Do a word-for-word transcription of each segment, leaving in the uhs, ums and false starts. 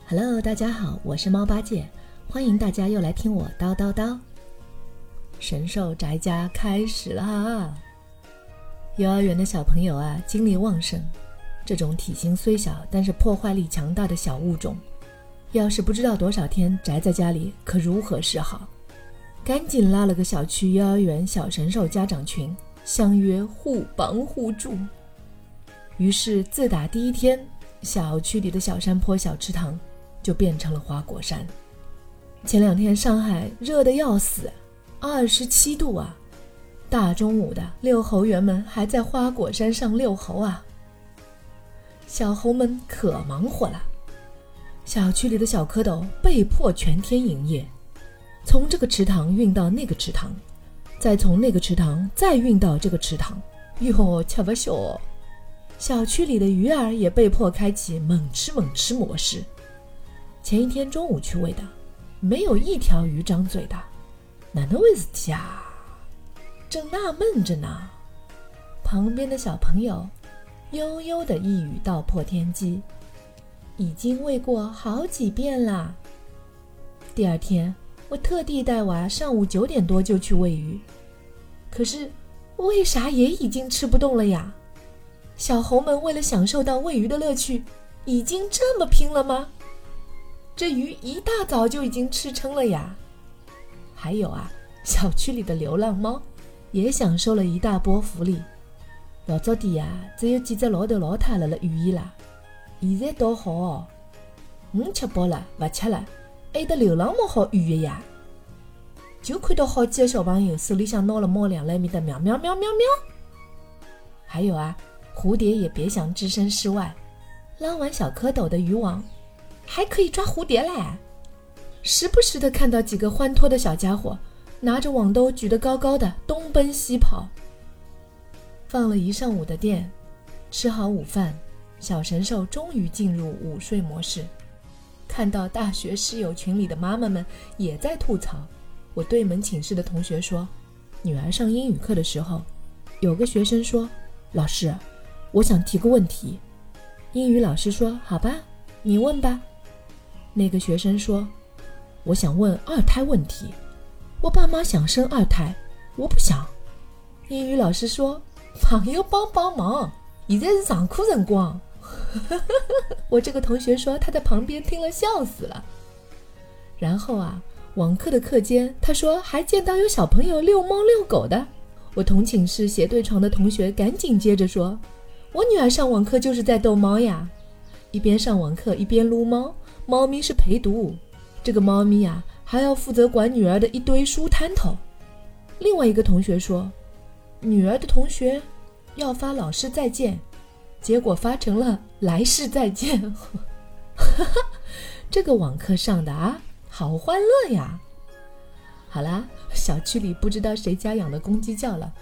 Hello， 大家好，我是猫八戒，欢迎大家又来听我叨叨叨。神兽宅家开始啦！幼儿园的小朋友啊，精力旺盛，这种体型虽小但是破坏力强大的小物种，要是不知道多少天宅在家里，可如何是好？赶紧拉了个小区幼儿园小神兽家长群，相约互帮互助。于是自打第一天，小区里的小山坡小池塘就变成了花果山。前两天上海热得要死，二十七度啊！大中午的，遛猴园们还在花果山上遛猴啊！小猴们可忙活了，小区里的小蝌蚪被迫全天营业，从这个池塘运到那个池塘，再从那个池塘再运到这个池塘，哟，吃不消哦！小区里的鱼儿也被迫开启猛吃猛吃模式。前一天中午去喂的，没有一条鱼张嘴的，哪能回事体啊？正纳闷着呢，旁边的小朋友悠悠的一语道破天机：已经喂过好几遍啦。第二天，我特地带娃上午九点多就去喂鱼，可是为啥也已经吃不动了呀？小猴们为了享受到喂鱼的乐趣，已经这么拼了吗？这鱼一大早就已经吃撑了呀。还有啊，小区里的流浪猫也享受了一大波福利。老早点啊，只有几只老头老太辣辣寓意啦，现在倒好哦，鱼吃饱了不吃了，还有得流浪猫好寓意呀。就看到好几个小朋友手里向拿了猫粮来面的喵喵喵喵喵。还有啊，蝴蝶也别想置身事外，捞完小蝌蚪的渔网还可以抓蝴蝶嘞。时不时的看到几个欢脱的小家伙拿着网兜举得高高的东奔西跑。放了一上午的电，吃好午饭，小神兽终于进入午睡模式。看到大学室友群里的妈妈们也在吐槽，我对门寝室的同学说，女儿上英语课的时候，有个学生说，老师，我想提个问题。英语老师说，好吧，你问吧。那个学生说，我想问二胎问题，我爸妈想生二胎，我不想。英语老师说，朋友帮帮忙，现在是上课辰光。我这个同学说他在旁边听了笑死了。然后啊，网课的课间，他说还见到有小朋友遛猫遛狗的。我同寝室斜对床的同学赶紧接着说，我女儿上网课就是在逗猫呀，一边上网课一边撸猫，猫咪是陪读，这个猫咪呀还要负责管女儿的一堆书摊头。另外一个同学说，女儿的同学要发老师再见，结果发成了来世再见。这个网课上的啊，好欢乐呀。好啦，小区里不知道谁家养的公鸡叫了，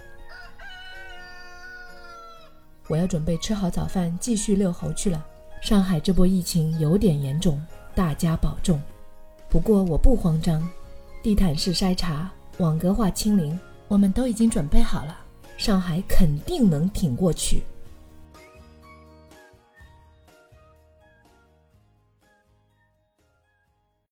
我要准备吃好早饭继续遛猴去了。上海这波疫情有点严重，大家保重。不过我不慌张，地毯式筛查，网格化清零，我们都已经准备好了，上海肯定能挺过去。